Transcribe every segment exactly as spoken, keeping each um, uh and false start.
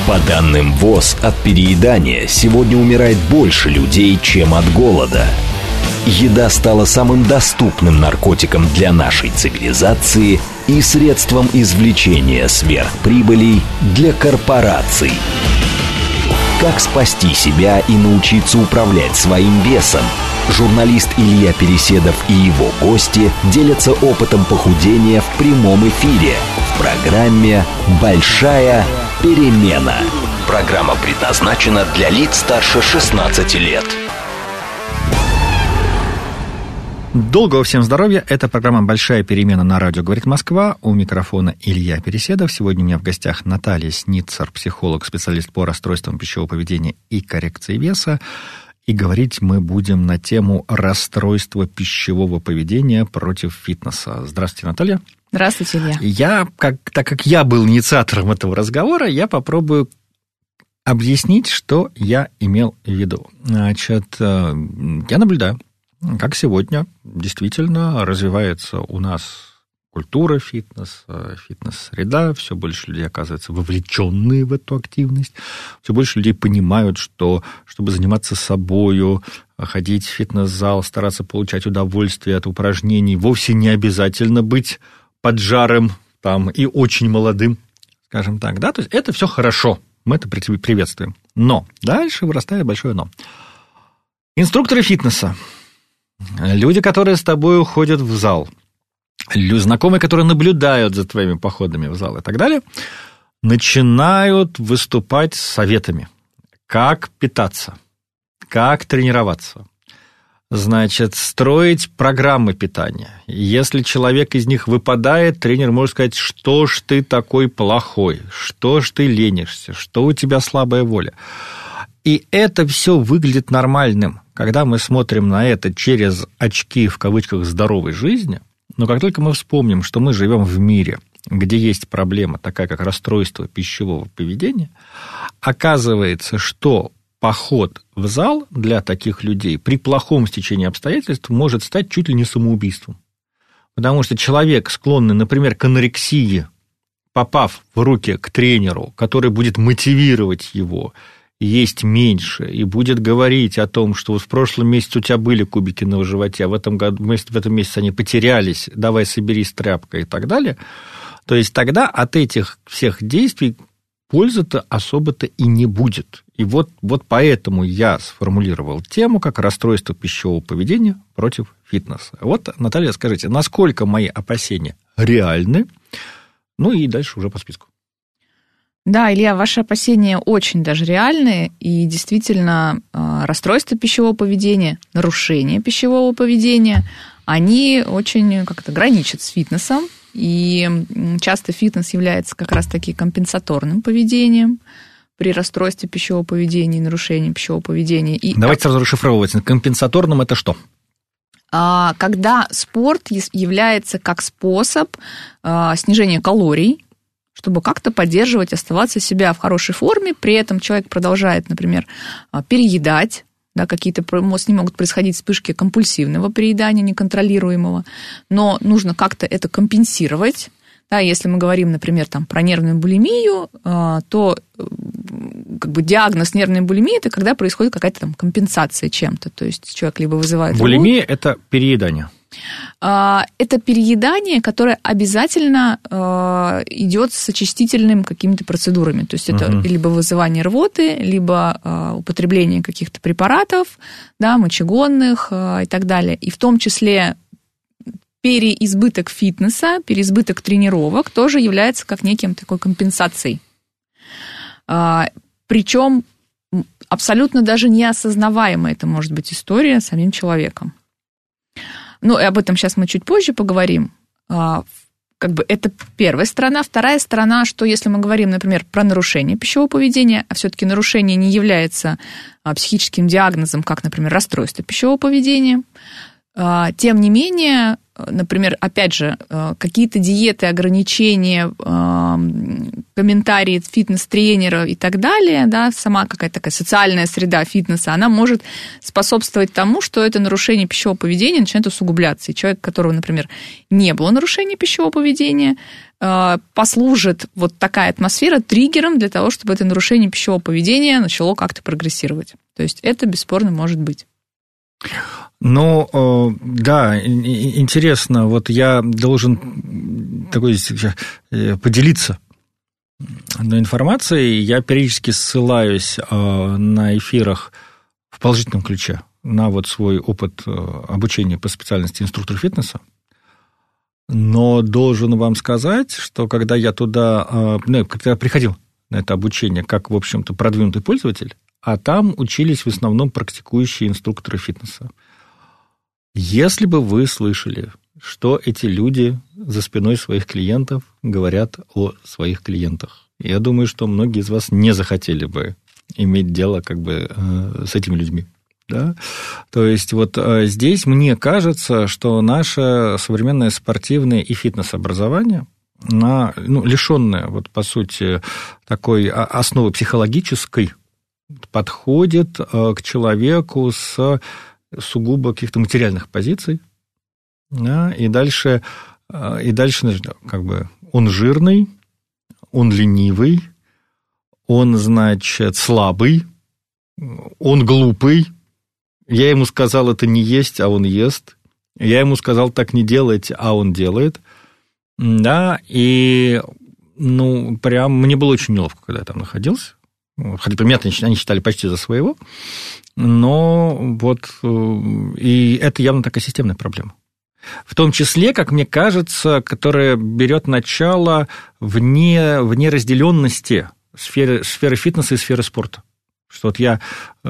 По данным ВОЗ, от переедания сегодня умирает больше людей, чем от голода. Еда стала самым доступным наркотиком для нашей цивилизации и средством извлечения сверхприбылей для корпораций. Как спасти себя и научиться управлять своим весом? Журналист Илья Переседов и его гости делятся опытом похудения в прямом эфире в программе «Большая перемена». Программа предназначена для лиц старше шестнадцати лет. Доброго всем здоровья. Это программа «Большая перемена» на радио «Говорит Москва». У микрофона Илья Переседов. Сегодня у меня в гостях Наталья Сницер, психолог, специалист по расстройствам пищевого поведения и коррекции веса. И говорить мы будем на тему расстройства пищевого поведения против фитнеса. Здравствуйте, Наталья. Здравствуйте, Илья. Я, как, так как я был инициатором этого разговора, я попробую объяснить, что я имел в виду. Значит, я наблюдаю, как сегодня действительно развивается у нас культура фитнеса, фитнес-среда, все больше людей оказывается вовлеченные в эту активность, все больше людей понимают, что чтобы заниматься собою, ходить в фитнес-зал, стараться получать удовольствие от упражнений, вовсе не обязательно быть поджарым там, и очень молодым, скажем так, да, то есть это все хорошо, мы это приветствуем. Но дальше вырастает большое но. Инструкторы фитнеса, люди, которые с тобой уходят в зал, знакомые, которые наблюдают за твоими походами в зал и так далее, начинают выступать с советами, как питаться, как тренироваться, значит, строить программы питания. Если человек из них выпадает, тренер может сказать, что ж ты такой плохой, что ж ты ленишься, что у тебя слабая воля. И это все выглядит нормальным, когда мы смотрим на это через очки, в кавычках, здоровой жизни. Но как только мы вспомним, что мы живем в мире, где есть проблема, такая как расстройство пищевого поведения, оказывается, что поход в зал для таких людей при плохом стечении обстоятельств может стать чуть ли не самоубийством. Потому что человек, склонный, например, к анорексии, попав в руки к тренеру, который будет мотивировать его есть меньше и будет говорить о том, что вот в прошлом месяце у тебя были кубики на животе, а в этом году, в этом месяце они потерялись, давай соберись тряпкой и так далее, то есть тогда от этих всех действий пользы-то особо-то и не будет. И вот, вот поэтому я сформулировал тему как расстройство пищевого поведения против фитнеса. Вот, Наталья, скажите, насколько мои опасения реальны? Ну и дальше уже по списку. Да, Илья, ваши опасения очень даже реальные, и действительно расстройство пищевого поведения, нарушение пищевого поведения, они очень как-то граничат с фитнесом, и часто фитнес является как раз-таки компенсаторным поведением при расстройстве пищевого поведения и нарушении пищевого поведения. И давайте сразу расшифровывать. Компенсаторным это что? Когда спорт является как способ снижения калорий, чтобы как-то поддерживать, оставаться себя в хорошей форме, при этом человек продолжает, например, переедать, да, какие-то с ним могут происходить вспышки компульсивного переедания, неконтролируемого, но нужно как-то это компенсировать. Да, если мы говорим, например, там, про нервную булимию, то как бы диагноз нервной булимии – это когда происходит какая-то там компенсация чем-то, то есть человек либо вызывает… Булимия – это переедание. Это переедание, которое обязательно идет с очистительными какими-то процедурами. То есть это угу. либо вызывание рвоты, либо употребление каких-то препаратов, да, мочегонных и так далее. И в том числе переизбыток фитнеса, переизбыток тренировок тоже является как неким такой компенсацией. Причем абсолютно даже неосознаваемая это может быть история самим человеком. Ну, и об этом сейчас мы чуть позже поговорим. Как бы это первая сторона. Вторая сторона, что если мы говорим, например, про нарушение пищевого поведения, а все-таки нарушение не является психическим диагнозом, как, например, расстройство пищевого поведения, тем не менее, например, опять же, какие-то диеты, ограничения, комментарии фитнес-тренера и так далее, да, сама какая-то такая социальная среда фитнеса, она может способствовать тому, что это нарушение пищевого поведения начинает усугубляться. И человек, у которого, например, не было нарушения пищевого поведения, послужит вот такая атмосфера триггером для того, чтобы это нарушение пищевого поведения начало как-то прогрессировать. То есть это бесспорно может быть. Ну, да, интересно, вот я должен такой поделиться одной информацией. Я периодически ссылаюсь на эфирах в положительном ключе на вот свой опыт обучения по специальности инструктор фитнеса. Но должен вам сказать, что когда я туда, ну, когда я приходил на это обучение как, в общем-то, продвинутый пользователь, а там учились в основном практикующие инструкторы фитнеса. Если бы вы слышали, что эти люди за спиной своих клиентов говорят о своих клиентах, я думаю, что многие из вас не захотели бы иметь дело как бы с этими людьми. Да? То есть вот здесь мне кажется, что наше современное спортивное и фитнес-образование, на, ну, лишенное, вот, по сути, такой основы психологической, подходит к человеку с сугубо каких-то материальных позиций, да? и дальше, и дальше как бы он жирный, он ленивый, он, значит, слабый, он глупый. Я ему сказал это не есть, а он ест. Я ему сказал так не делать, а он делает. Да, и, ну, прям мне было очень неловко, когда я там находился. Хотя меня они считали почти за своего. Но вот, и это явно такая системная проблема. В том числе, как мне кажется, которая берет начало вне, вне разделенности сферы, сферы фитнеса и сферы спорта. Что вот я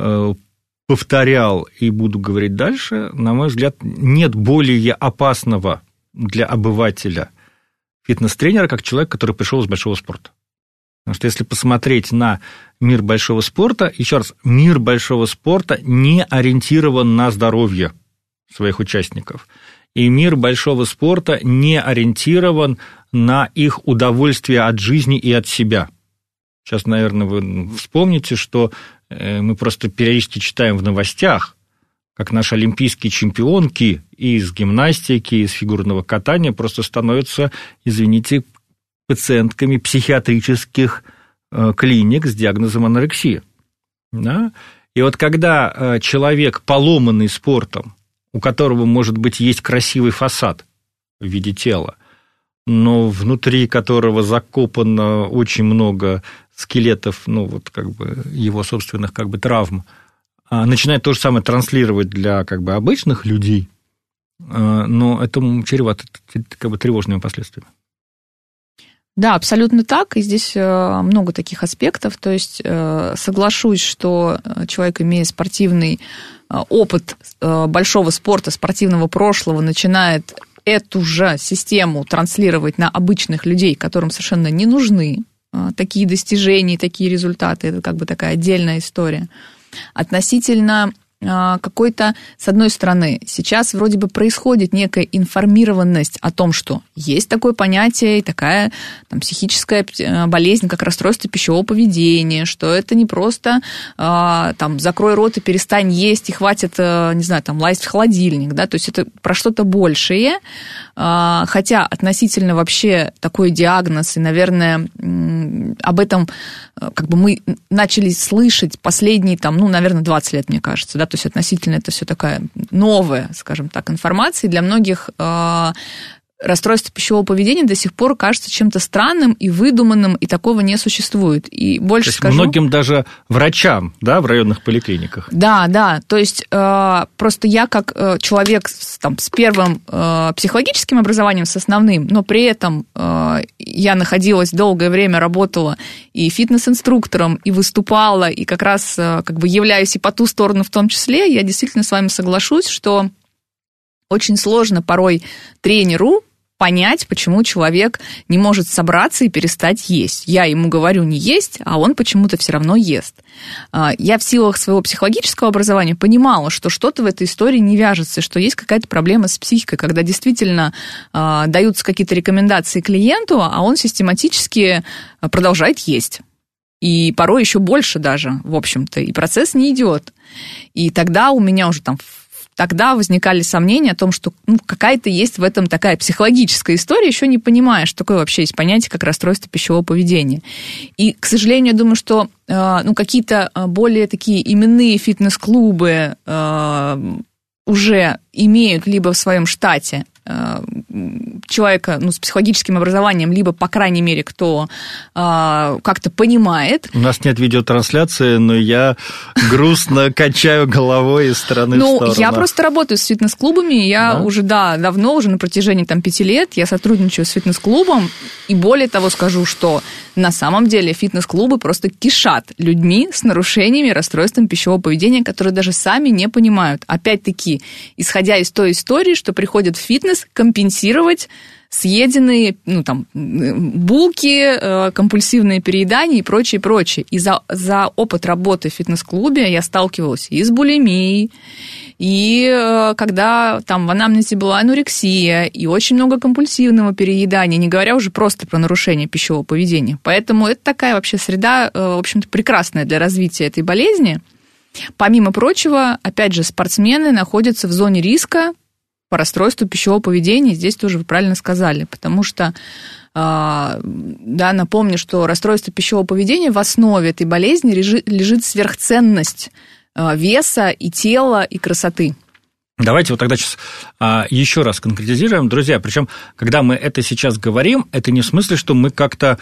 повторял и буду говорить дальше, на мой взгляд, нет более опасного для обывателя фитнес-тренера, как человек, который пришел из большого спорта. Потому что если посмотреть на мир большого спорта, еще раз, мир большого спорта не ориентирован на здоровье своих участников. И мир большого спорта не ориентирован на их удовольствие от жизни и от себя. Сейчас, наверное, вы вспомните, что мы просто периодически читаем в новостях, как наши олимпийские чемпионки из гимнастики, из фигурного катания просто становятся, извините, пациентками психиатрических клиник с диагнозом анорексия. Да? И вот когда человек, поломанный спортом, у которого, может быть, есть красивый фасад в виде тела, но внутри которого закопано очень много скелетов, ну, вот как бы его собственных как бы травм, начинает то же самое транслировать для как бы обычных людей, но это чревато как бы тревожными последствиями. Да, абсолютно так, и здесь много таких аспектов, то есть соглашусь, что человек, имея спортивный опыт большого спорта, спортивного прошлого, начинает эту же систему транслировать на обычных людей, которым совершенно не нужны такие достижения, такие результаты, это как бы такая отдельная история. Относительно какой-то, с одной стороны, сейчас вроде бы происходит некая информированность о том, что есть такое понятие и такая там, психическая болезнь, как расстройство пищевого поведения, что это не просто там, закрой рот и перестань есть, и хватит, не знаю, там, лазить в холодильник, да, то есть это про что-то большее, хотя относительно вообще такой диагноз, и, наверное, об этом как бы мы начали слышать последние, там, ну, наверное, двадцать лет, мне кажется, да, то есть относительно это все такая новая, скажем так, информация, и для многих э, расстройство пищевого поведения до сих пор кажется чем-то странным и выдуманным, и такого не существует. И больше то есть скажу... многим даже врачам, да, в районных поликлиниках. Да, да, то есть э, просто я как э, человек с, там, с первым э, психологическим образованием, с основным, но при этом э, я находилась долгое время, работала и фитнес-инструктором, и выступала, и как раз э, как бы являюсь и по ту сторону в том числе, я действительно с вами соглашусь, что очень сложно порой тренеру понять, почему человек не может собраться и перестать есть. Я ему говорю не есть, а он почему-то все равно ест. Я в силах своего психологического образования понимала, что что-то в этой истории не вяжется, что есть какая-то проблема с психикой, когда действительно даются какие-то рекомендации клиенту, а он систематически продолжает есть. И порой еще больше даже, в общем-то, и процесс не идет. И тогда у меня уже там... Тогда возникали сомнения о том, что ну, какая-то есть в этом такая психологическая история, еще не понимая, что такое вообще есть понятие, как расстройство пищевого поведения. И, к сожалению, я думаю, что э, ну, какие-то более такие именные фитнес-клубы э, уже имеют либо в своем штате э, человека ну, с психологическим образованием, либо, по крайней мере, кто э, как-то понимает. У нас нет видеотрансляции, но я грустно качаю головой из стороны ну, в сторону. Ну, я просто работаю с фитнес-клубами, я да? уже, да, давно, уже на протяжении там, пяти лет я сотрудничаю с фитнес-клубом, и более того скажу, что на самом деле фитнес-клубы просто кишат людьми с нарушениями, расстройством пищевого поведения, которые даже сами не понимают. Опять-таки, исходя из той истории, что приходят в фитнес компенсировать съеденные, ну, там, булки, компульсивные переедания и прочее, прочее. И за, за опыт работы в фитнес-клубе я сталкивалась и с булимией, и когда там в анамнезе была анорексия, и очень много компульсивного переедания, не говоря уже просто про нарушение пищевого поведения. Поэтому это такая вообще среда, в общем-то, прекрасная для развития этой болезни. Помимо прочего, опять же, спортсмены находятся в зоне риска по расстройству пищевого поведения, здесь тоже вы правильно сказали, потому что, да, напомню, что расстройство пищевого поведения в основе этой болезни лежит сверхценность веса и тела, и красоты. Давайте вот тогда сейчас а, еще раз конкретизируем. Друзья, причем, когда мы это сейчас говорим, это не в смысле, что мы как-то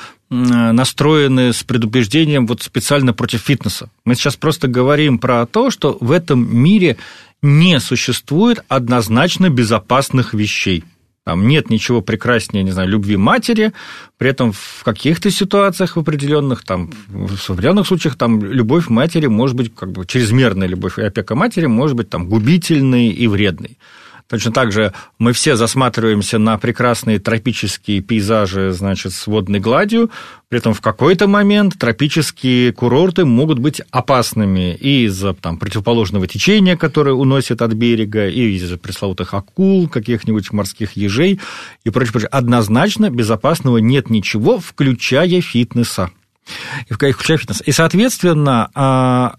настроены с предубеждением вот специально против фитнеса. Мы сейчас просто говорим про то, что в этом мире не существует однозначно безопасных вещей. Там нет ничего прекраснее, не знаю, любви матери, при этом в каких-то ситуациях в определенных, там, в определенных случаях там, любовь матери может быть, как бы чрезмерная любовь и опека матери может быть там, губительной и вредной. Точно так же мы все засматриваемся на прекрасные тропические пейзажи, значит, с водной гладью, при этом в какой-то момент тропические курорты могут быть опасными и из-за там, противоположного течения, которое уносит от берега, и из-за пресловутых акул, каких-нибудь морских ежей и прочее, прочее. Однозначно безопасного нет ничего, включая фитнеса. Включая фитнес. И, соответственно,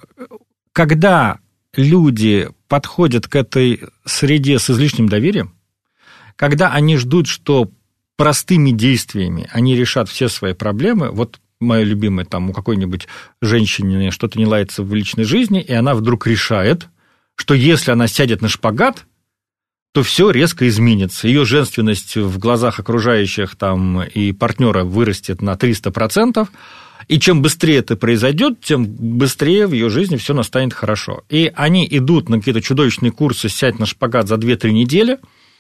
когда люди подходят к этой среде с излишним доверием, когда они ждут, что простыми действиями они решат все свои проблемы, вот моя любимая, там у какой-нибудь женщины что-то не ладится в личной жизни, и она вдруг решает, что если она сядет на шпагат, то все резко изменится. Ее женственность в глазах окружающих там, и партнера вырастет на триста процентов, и чем быстрее это произойдет, тем быстрее в ее жизни все настанет хорошо. И они идут на какие-то чудовищные курсы «Сядь на шпагат» за две-три недели,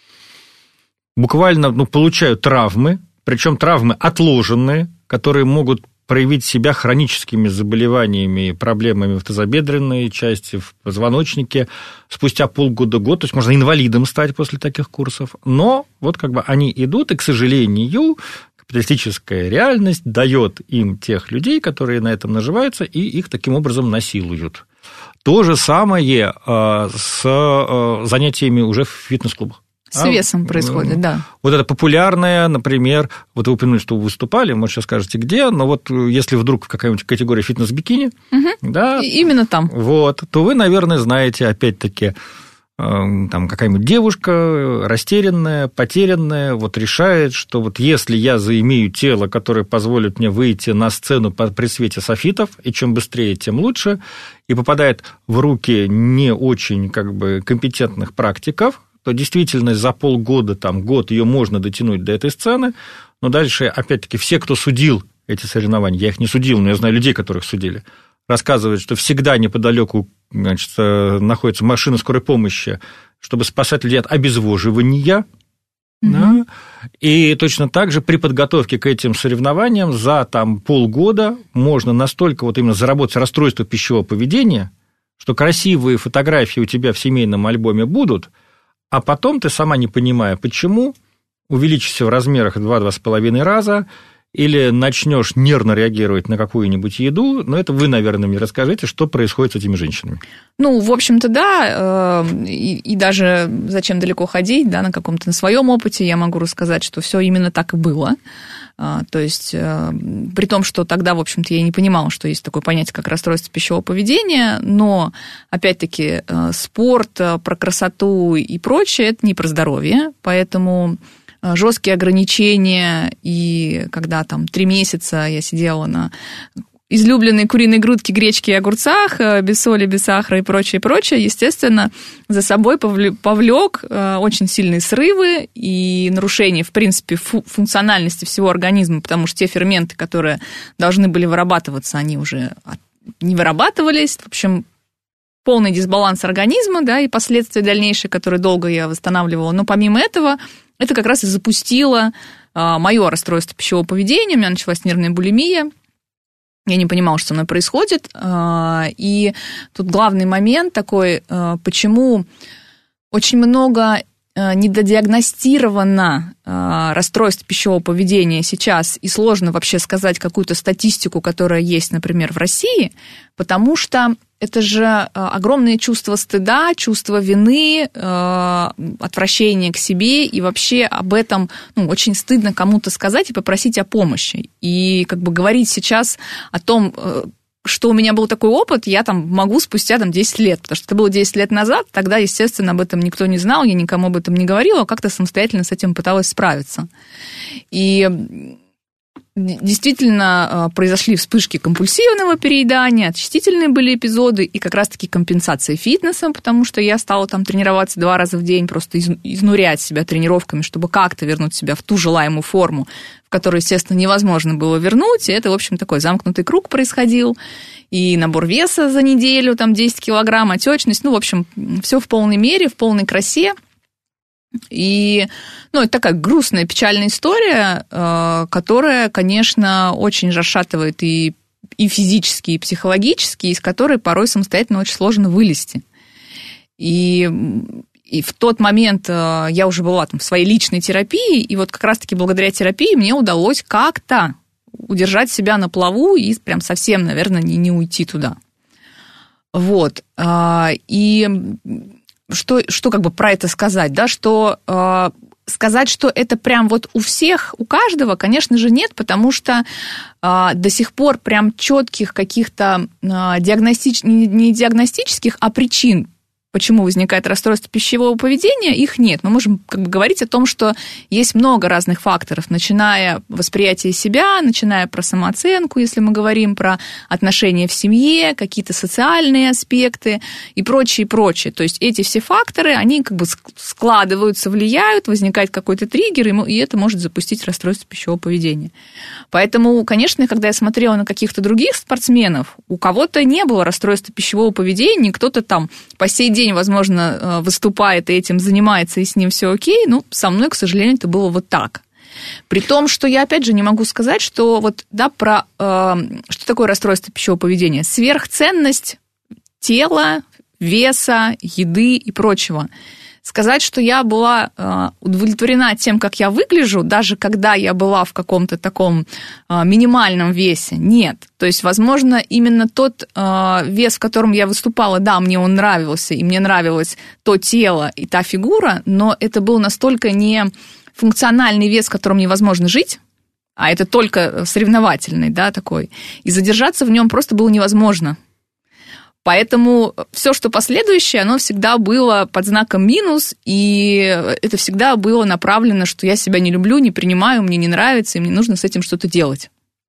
буквально ну, получают травмы, причем травмы отложенные, которые могут проявить себя хроническими заболеваниями и проблемами в тазобедренной части, в позвоночнике спустя полгода-год, то есть можно инвалидом стать после таких курсов. Но вот как бы они идут, и, к сожалению, капиталистическая реальность дает им тех людей, которые на этом наживаются, и их таким образом насилуют. То же самое с занятиями уже в фитнес-клубах. С весом происходит, да. Вот это популярное, например, вот вы упомянули, что вы выступали, может, сейчас скажете, где, но вот если вдруг в какой-нибудь категории фитнес-бикини, угу. да, именно там, вот, то вы, наверное, знаете, опять-таки, там какая-нибудь девушка растерянная, потерянная, вот решает, что вот если я заимею тело, которое позволит мне выйти на сцену при свете софитов, и чем быстрее, тем лучше, и попадает в руки не очень как бы компетентных практиков, то действительно за полгода, там, год ее можно дотянуть до этой сцены, но дальше, опять-таки, все, кто судил эти соревнования, я их не судил, но я знаю людей, которых судили, рассказывают, что всегда неподалеку, значит, находится машина скорой помощи, чтобы спасать людей от обезвоживания. Mm-hmm. Да? И точно так же при подготовке к этим соревнованиям за там, полгода можно настолько вот именно заработать расстройство пищевого поведения, что красивые фотографии у тебя в семейном альбоме будут, а потом ты, сама не понимая, почему, увеличишься в размерах в два-два с половиной раза, или начнешь нервно реагировать на какую-нибудь еду, но это вы, наверное, мне расскажите, что происходит с этими женщинами. Ну, в общем-то, да, и, и даже зачем далеко ходить, да, на каком-то, на своем опыте я могу рассказать, что все именно так и было. То есть, при том, что тогда, в общем-то, я не понимала, что есть такое понятие, как расстройство пищевого поведения, но, опять-таки, спорт, про красоту и прочее, это не про здоровье, поэтому жесткие ограничения, и когда там три месяца я сидела на излюбленной куриной грудке, гречке и огурцах, без соли, без сахара и прочее, прочее, естественно, за собой повлек очень сильные срывы и нарушения, в принципе, функциональности всего организма, потому что те ферменты, которые должны были вырабатываться, они уже не вырабатывались. В общем, полный дисбаланс организма, да, и последствия дальнейшие, которые долго я восстанавливала. Но помимо этого, это как раз и запустило мое расстройство пищевого поведения. У меня началась нервная булимия. Я не понимала, что со мной происходит. И тут главный момент такой, почему очень много недодиагностировано расстройств пищевого поведения сейчас, и сложно вообще сказать какую-то статистику, которая есть, например, в России, потому что это же огромное чувство стыда, чувство вины, отвращение к себе, и вообще об этом, ну, очень стыдно кому-то сказать и попросить о помощи. И как бы говорить сейчас о том, что у меня был такой опыт, я там могу спустя там, десять лет, потому что это было десять лет назад, тогда, естественно, об этом никто не знал, я никому об этом не говорила, а как-то самостоятельно с этим пыталась справиться. И действительно произошли вспышки компульсивного переедания, очистительные были эпизоды, и как раз-таки компенсация фитнесом, потому что я стала там тренироваться два раза в день, просто изнурять себя тренировками, чтобы как-то вернуть себя в ту желаемую форму, в которую, естественно, невозможно было вернуть, и это, в общем, такой замкнутый круг происходил, и набор веса за неделю, там десять килограмм, отечность, ну, в общем, все в полной мере, в полной красе. И, ну, это такая грустная, печальная история, которая, конечно, очень расшатывает и, и физически, и психологически, из которой порой самостоятельно очень сложно вылезти. И, и в тот момент я уже была там в своей личной терапии, и вот как раз-таки благодаря терапии мне удалось как-то удержать себя на плаву и прям совсем, наверное, не, не уйти туда. Вот. И... Что, что как бы про это сказать, да, что э, сказать, что это прям вот у всех, у каждого, конечно же, нет, потому что э, до сих пор прям четких каких-то э, диагностич... не, не диагностических, а причин, почему возникает расстройство пищевого поведения, их нет. Мы можем как бы говорить о том, что есть много разных факторов, начиная восприятие себя, начиная про самооценку, если мы говорим про отношения в семье, какие-то социальные аспекты и прочее, прочее. То есть эти все факторы, они как бы складываются, влияют, возникает какой-то триггер, и это может запустить расстройство пищевого поведения. Поэтому, конечно, когда я смотрела на каких-то других спортсменов, у кого-то не было расстройства пищевого поведения, кто-то там по сей день, возможно, выступает и этим занимается, и с ним все окей, ну, со мной, к сожалению, это было вот так. При том, что я, опять же, не могу сказать, что вот, да, про, э, что такое расстройство пищевого поведения? Сверхценность тела, веса, еды и прочего. Сказать, что я была э, удовлетворена тем, как я выгляжу, даже когда я была в каком-то таком э, минимальном весе, нет. То есть, возможно, именно тот э, вес, в котором я выступала, да, мне он нравился, и мне нравилось то тело и та фигура, но это был настолько не функциональный вес, в котором невозможно жить, а это только соревновательный, да, такой, и задержаться в нем просто было невозможно. Поэтому все, что последующее, оно всегда было под знаком минус, и это всегда было направлено, что я себя не люблю, не принимаю, мне не нравится, и мне нужно с этим что-то делать.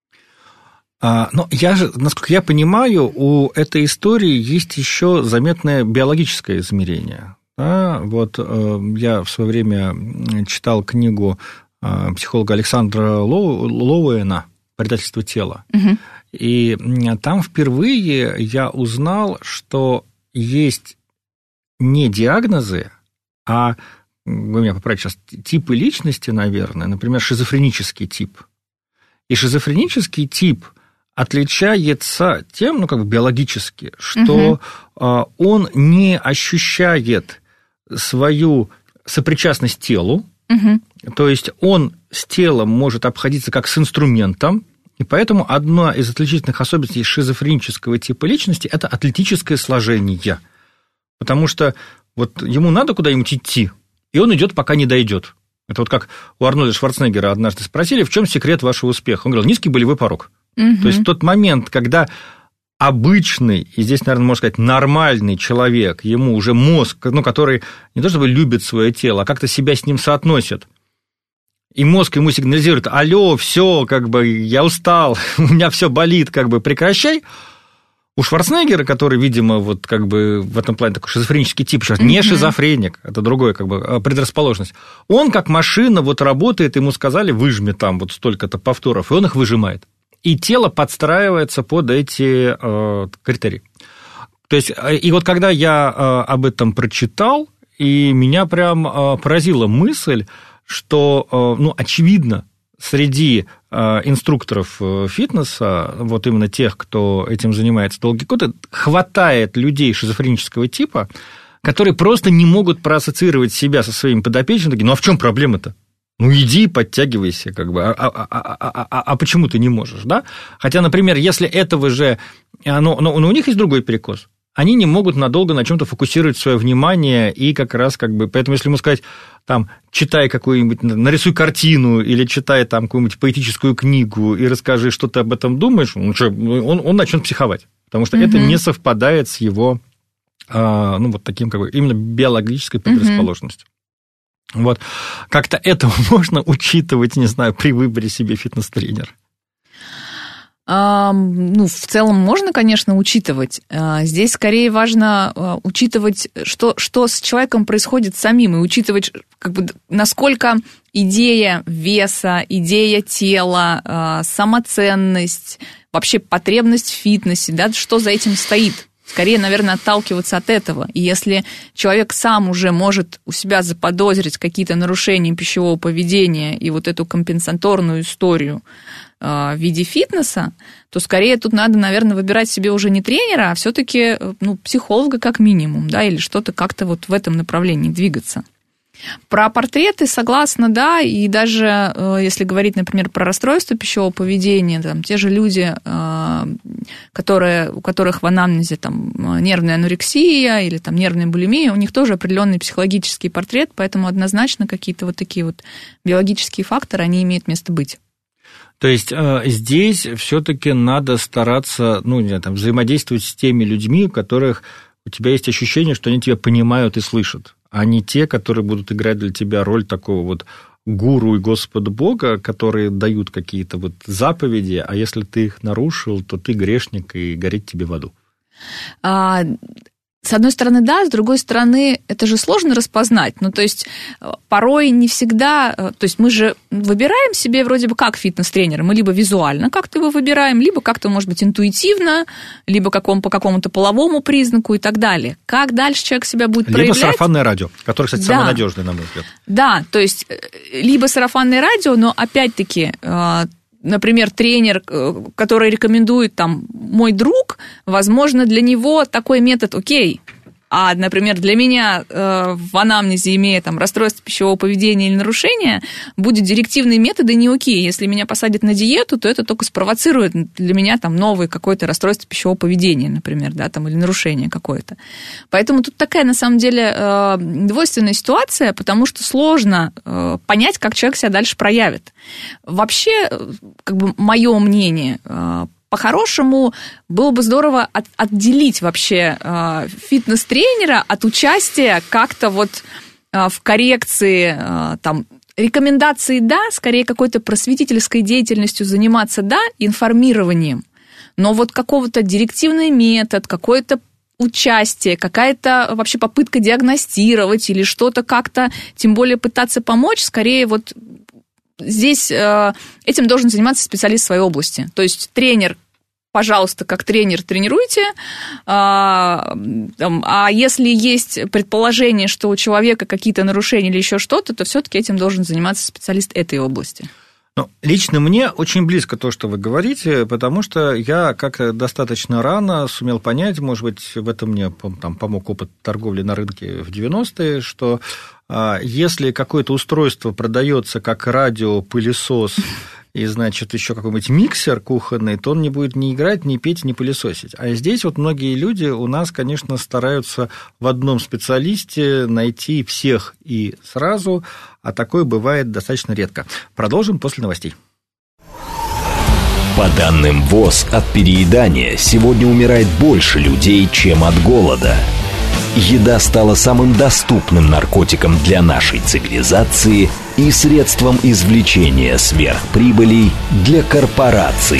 А, но я же, насколько я понимаю, у этой истории есть еще заметное биологическое измерение. Да? Вот э, я в свое время читал книгу э, психолога Александра Лоу, Лоуэна «Предательство тела». Угу. И там впервые я узнал, что есть не диагнозы, а, вы меня поправите сейчас, типы личности, наверное, например, шизофренический тип. И шизофренический тип отличается тем, ну, как бы биологически, что угу. он не ощущает свою сопричастность телу, Угу. То есть он с телом может обходиться как с инструментом, и поэтому одна из отличительных особенностей шизофренического типа личности – это атлетическое сложение. Потому что вот ему надо куда-нибудь идти, и он идет, пока не дойдет. Это вот как у Арнольда Шварценеггера однажды спросили, в чем секрет вашего успеха. Он говорил, низкий болевой порог. Угу. То есть в тот момент, когда обычный, и здесь, наверное, можно сказать, нормальный человек, ему уже мозг, ну, который не то чтобы любит свое тело, а как-то себя с ним соотносит, и мозг ему сигнализирует, алло, все, как бы, я устал, у меня все болит, как бы, прекращай. У Шварценеггера, который, видимо, вот как бы в этом плане такой шизофренический тип, сейчас, mm-hmm. не шизофреник, это другая как бы предрасположенность, он как машина вот работает, ему сказали, выжми там вот столько-то повторов, и он их выжимает. И тело подстраивается под эти э, критерии. То есть, и вот когда я э, об этом прочитал, и меня прям э, поразила мысль, что, э, ну, очевидно, среди инструкторов фитнеса, вот именно тех, кто этим занимается долгие годы, хватает людей шизофренического типа, которые просто не могут проассоциировать себя со своими подопечными. Ну, а в чем проблема-то? Ну, иди, подтягивайся, как бы. А, а, а, а, а, а почему ты не можешь, да? Хотя, например, если этого же... Но, но, но у них есть другой перекос. Они не могут надолго на чем-то фокусировать свое внимание, и как раз как бы... Поэтому, если ему сказать, там, читай какую-нибудь, нарисуй картину, или читай там какую-нибудь поэтическую книгу, и расскажи, что ты об этом думаешь, он, он, он начнет психовать, потому что mm-hmm. это не совпадает с его, ну, вот таким, как бы, именно биологической предрасположенностью. Mm-hmm. Вот. Как-то это можно учитывать, не знаю, при выборе себе фитнес-тренера. Ну, в целом можно, конечно, учитывать. Здесь скорее важно учитывать, что, что с человеком происходит самим, и учитывать, как бы, насколько идея веса, идея тела, самоценность, вообще потребность в фитнесе, да, что за этим стоит. Скорее, наверное, отталкиваться от этого. И если человек сам уже может у себя заподозрить какие-то нарушения пищевого поведения и вот эту компенсаторную историю в виде фитнеса, то скорее тут надо, наверное, выбирать себе уже не тренера, а все-таки, ну, психолога как минимум, да, или что-то как-то вот в этом направлении двигаться. Про портреты согласна, да, и даже если говорить, например, про расстройство пищевого поведения, там, те же люди, которые, у которых в анамнезе там, нервная анорексия или там, нервная булимия, у них тоже определенный психологический портрет, поэтому однозначно какие-то вот такие вот биологические факторы, они имеют место быть. То есть здесь все-таки надо стараться, ну, не знаю, там, взаимодействовать с теми людьми, у которых у тебя есть ощущение, что они тебя понимают и слышат, а не те, которые будут играть для тебя роль такого вот гуру и Господа Бога, которые дают какие-то вот заповеди, а если ты их нарушил, то ты грешник, и горит тебе в аду. А... С одной стороны, да, с другой стороны, это же сложно распознать. Ну, то есть, порой не всегда... То есть, мы же выбираем себе вроде бы как фитнес-тренера. Мы либо визуально как-то его выбираем, либо как-то, может быть, интуитивно, либо какому, по какому-то половому признаку и так далее. Как дальше человек себя будет либо проявлять? Либо сарафанное радио, которое, кстати, да. самое надежное, на мой взгляд. Да, то есть, либо сарафанное радио, но, опять-таки... Например, тренер, который рекомендует там мой друг, возможно, для него такой метод окей. А, например, для меня э, в анамнезе, имея там расстройство пищевого поведения или нарушения, будет директивные методы не окей. Если меня посадят на диету, то это только спровоцирует для меня там новое какое-то расстройство пищевого поведения, например, да, там, или нарушение какое-то. Поэтому тут такая, на самом деле, э, двойственная ситуация, потому что сложно э, понять, как человек себя дальше проявит. Вообще, как бы, мое мнение, э, по-хорошему, было бы здорово от, отделить вообще э, фитнес-тренера от участия как-то вот э, в коррекции, э, там, рекомендации, да, скорее какой-то просветительской деятельностью заниматься, да, информированием, но вот какого-то директивный метод, какое-то участие, какая-то вообще попытка диагностировать или что-то как-то, тем более пытаться помочь, скорее вот здесь э, этим должен заниматься специалист в своей области. То есть тренер, пожалуйста, как тренер тренируйте, а, там, а если есть предположение, что у человека какие-то нарушения или еще что-то, то все-таки этим должен заниматься специалист этой области. Ну, лично мне очень близко то, что вы говорите, потому что я как-то достаточно рано сумел понять, может быть, в этом мне там, помог опыт торговли на рынке в девяностые, что Если какое-то устройство продается как радио, пылесос и, значит, еще какой-нибудь миксер кухонный, то он не будет ни играть, ни петь, ни пылесосить. А здесь вот многие люди у нас, конечно, стараются в одном специалисте найти всех и сразу, а такое бывает достаточно редко. Продолжим после новостей. По данным ВОЗ, от переедания сегодня умирает больше людей, чем от голода. Еда стала самым доступным наркотиком для нашей цивилизации и средством извлечения сверхприбылей для корпораций.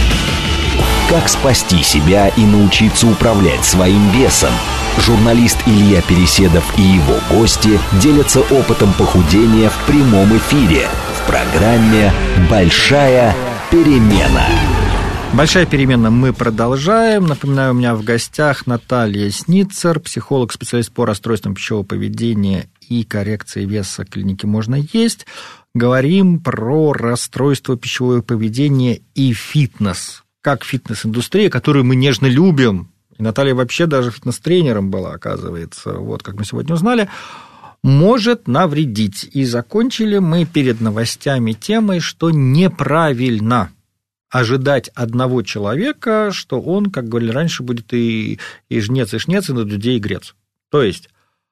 Как спасти себя и научиться управлять своим весом? Журналист Илья Переседов и его гости делятся опытом похудения в прямом эфире в программе «Большая перемена». Большая перемена, мы продолжаем. Напоминаю, у меня в гостях Наталья Сницер, психолог, специалист по расстройствам пищевого поведения и коррекции веса клиники «Можно есть». Говорим про расстройство пищевого поведения и фитнес. Как фитнес-индустрия, которую мы нежно любим, и Наталья вообще даже фитнес-тренером была, оказывается, вот как мы сегодня узнали, может навредить. И закончили мы перед новостями темой, что неправильно ожидать одного человека, что он, как говорили раньше, будет и, и жнец, и шнец, и на дуде, и грец. То есть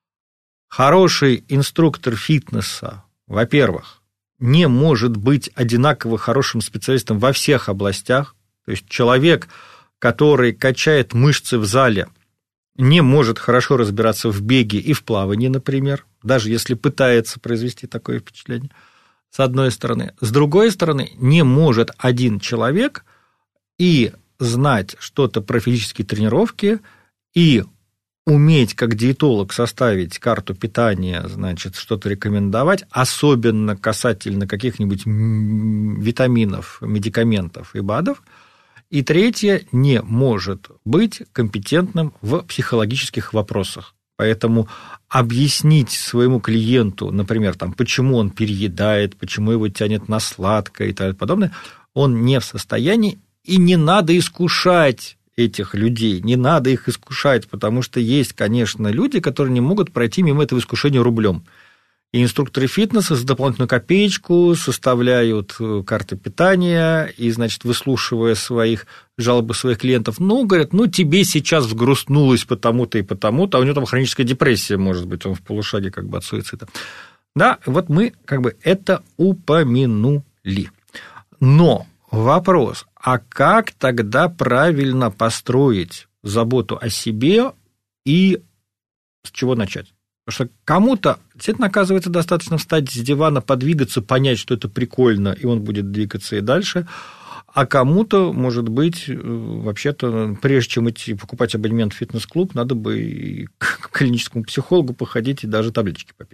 хороший инструктор фитнеса, во-первых, не может быть одинаково хорошим специалистом во всех областях. То есть человек, который качает мышцы в зале, не может хорошо разбираться в беге и в плавании, например, даже если пытается произвести такое впечатление. С одной стороны. С другой стороны, не может один человек и знать что-то про физические тренировки, и уметь как диетолог составить карту питания, значит, что-то рекомендовать, особенно касательно каких-нибудь витаминов, медикаментов и БАДов. И третье, не может быть компетентным в психологических вопросах. Поэтому объяснить своему клиенту, например, там, почему он переедает, почему его тянет на сладкое и так подобное, он не в состоянии, и не надо искушать этих людей, не надо их искушать, потому что есть, конечно, люди, которые не могут пройти мимо этого искушения рублем. И инструкторы фитнеса за дополнительную копеечку составляют карты питания и, значит, выслушивая своих жалобы своих клиентов, ну, говорят, ну, тебе сейчас взгрустнулось потому-то и потому-то, а у него там хроническая депрессия, может быть, он в полушаге как бы от суицида. Да, вот мы как бы это упомянули. Но вопрос, а как тогда правильно построить заботу о себе и с чего начать? Потому что кому-то действительно, оказывается, достаточно встать с дивана, подвигаться, понять, что это прикольно, и он будет двигаться и дальше, а кому-то, может быть, вообще-то, прежде чем идти покупать абонемент в фитнес-клуб, надо бы и к клиническому психологу походить и даже таблеточки попить.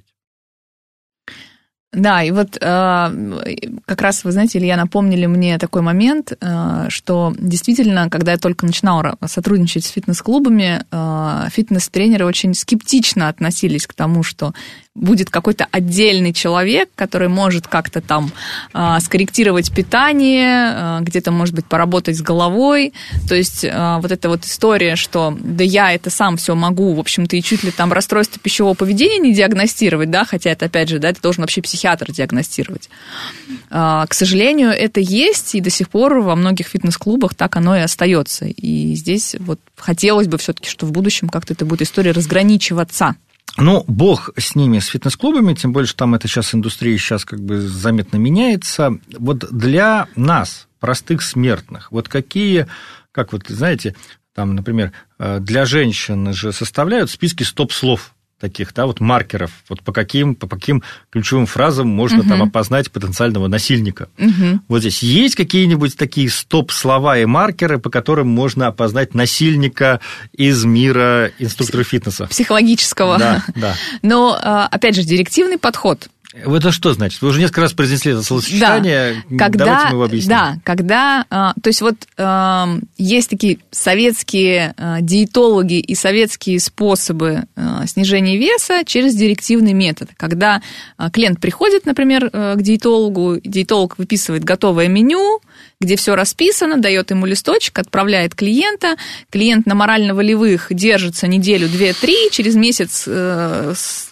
Да, и вот как раз, вы знаете, Илья, напомнили мне такой момент, что действительно, когда я только начинала сотрудничать с фитнес-клубами, фитнес-тренеры очень скептично относились к тому, что будет какой-то отдельный человек, который может как-то там скорректировать питание, где-то, может быть, поработать с головой. То есть вот эта вот история, что да я это сам все могу, в общем-то, и чуть ли там расстройство пищевого поведения не диагностировать, да, хотя это, опять же, да, это должен вообще психиатр диагностировать. К сожалению, это есть, и до сих пор во многих фитнес-клубах так оно и остается. И здесь вот хотелось бы все-таки, что в будущем как-то это будет история разграничиваться. Ну, бог с ними, с фитнес-клубами, тем более, что там это сейчас индустрия сейчас как бы заметно меняется. Вот для нас, простых смертных, вот какие, как вот, знаете, там, например, для женщин же составляют списки стоп-слов таких, да, вот маркеров, вот по каким, по каким ключевым фразам можно угу. там опознать потенциального насильника. Угу. Вот здесь есть какие-нибудь такие стоп-слова и маркеры, по которым можно опознать насильника из мира инструкторов фитнеса? Психологического. Да, да. Но, опять же, директивный подход. Это что значит? Вы уже несколько раз произнесли это словосочетание, да. Когда, давайте мы его объясним. Да, когда, то есть вот есть такие советские диетологи и советские способы снижения веса через директивный метод. Когда клиент приходит, например, к диетологу, диетолог выписывает готовое меню, где все расписано, дает ему листочек, отправляет клиента, клиент на морально-волевых держится неделю, две-три, через месяц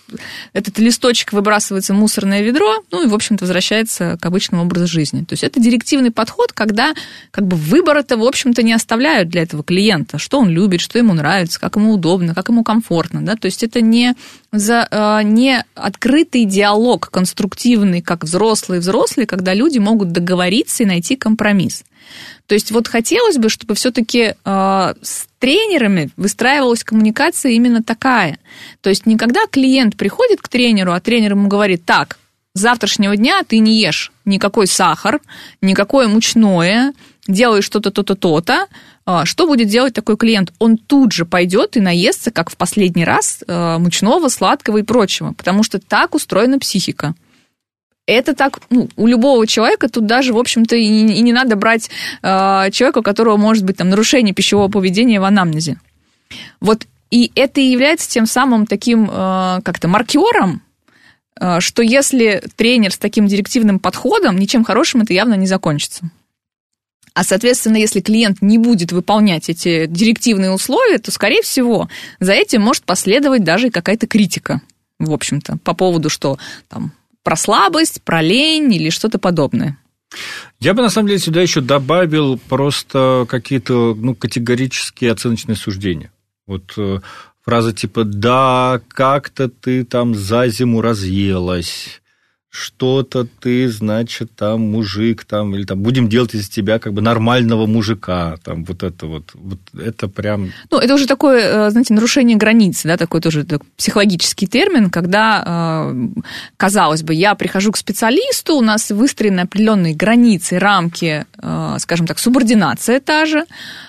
этот листочек выбрасывается в мусорное ведро, ну и, в общем-то, возвращается к обычному образу жизни. То есть это директивный подход, когда как бы выбора-то, в общем-то, не оставляют для этого клиента, что он любит, что ему нравится, как ему удобно, как ему комфортно. Да? То есть это не, за, не открытый диалог, конструктивный, как взрослые-взрослые, когда люди могут договориться и найти компромисс. То есть вот хотелось бы, чтобы все-таки э, с тренерами выстраивалась коммуникация именно такая. То есть не когда клиент приходит к тренеру, а тренер ему говорит: так, с завтрашнего дня ты не ешь никакой сахар, никакое мучное, делаешь что-то, то-то, то-то. Что будет делать такой клиент? Он тут же пойдет и наестся, как в последний раз, мучного, сладкого и прочего, потому что так устроена психика. Это так, ну, у любого человека, тут даже, в общем-то, и, и не надо брать э, человека, у которого может быть там нарушение пищевого поведения в анамнезе. Вот, и это и является тем самым таким э, как-то маркером, э, что если тренер с таким директивным подходом, ничем хорошим это явно не закончится. А, соответственно, если клиент не будет выполнять эти директивные условия, то, скорее всего, за этим может последовать даже и какая-то критика, в общем-то, по поводу, что там... про слабость, про лень или что-то подобное. Я бы, на самом деле, сюда еще добавил просто какие-то, ну, категорические оценочные суждения. Вот э, фраза типа «да, как-то ты там за зиму разъелась», что-то ты, значит, там мужик, там, или там будем делать из тебя как бы нормального мужика, там вот это вот, вот это прям... Ну, это уже такое, знаете, нарушение границ, да, такой тоже такой психологический термин, когда, казалось бы, я прихожу к специалисту, у нас выстроены определенные границы, рамки, скажем так, субординация та же,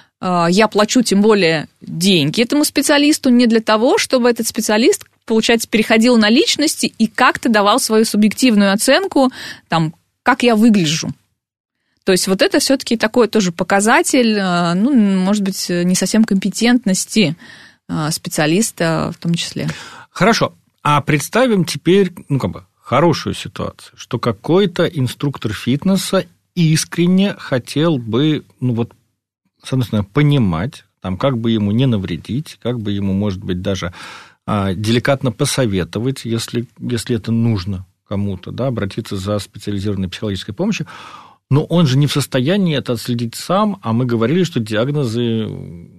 я плачу тем более деньги этому специалисту не для того, чтобы этот специалист, получается, переходил на личности и как-то давал свою субъективную оценку, там, как я выгляжу. То есть вот это все-таки такой тоже показатель, ну, может быть, не совсем компетентности специалиста в том числе. Хорошо. А представим теперь, ну, как бы, хорошую ситуацию, что какой-то инструктор фитнеса искренне хотел бы, ну, вот, с одной стороны, понимать, там, как бы ему не навредить, как бы ему, может быть, даже деликатно посоветовать, если, если это нужно кому-то, да, обратиться за специализированной психологической помощью, но он же не в состоянии это отследить сам, а мы говорили, что диагнозы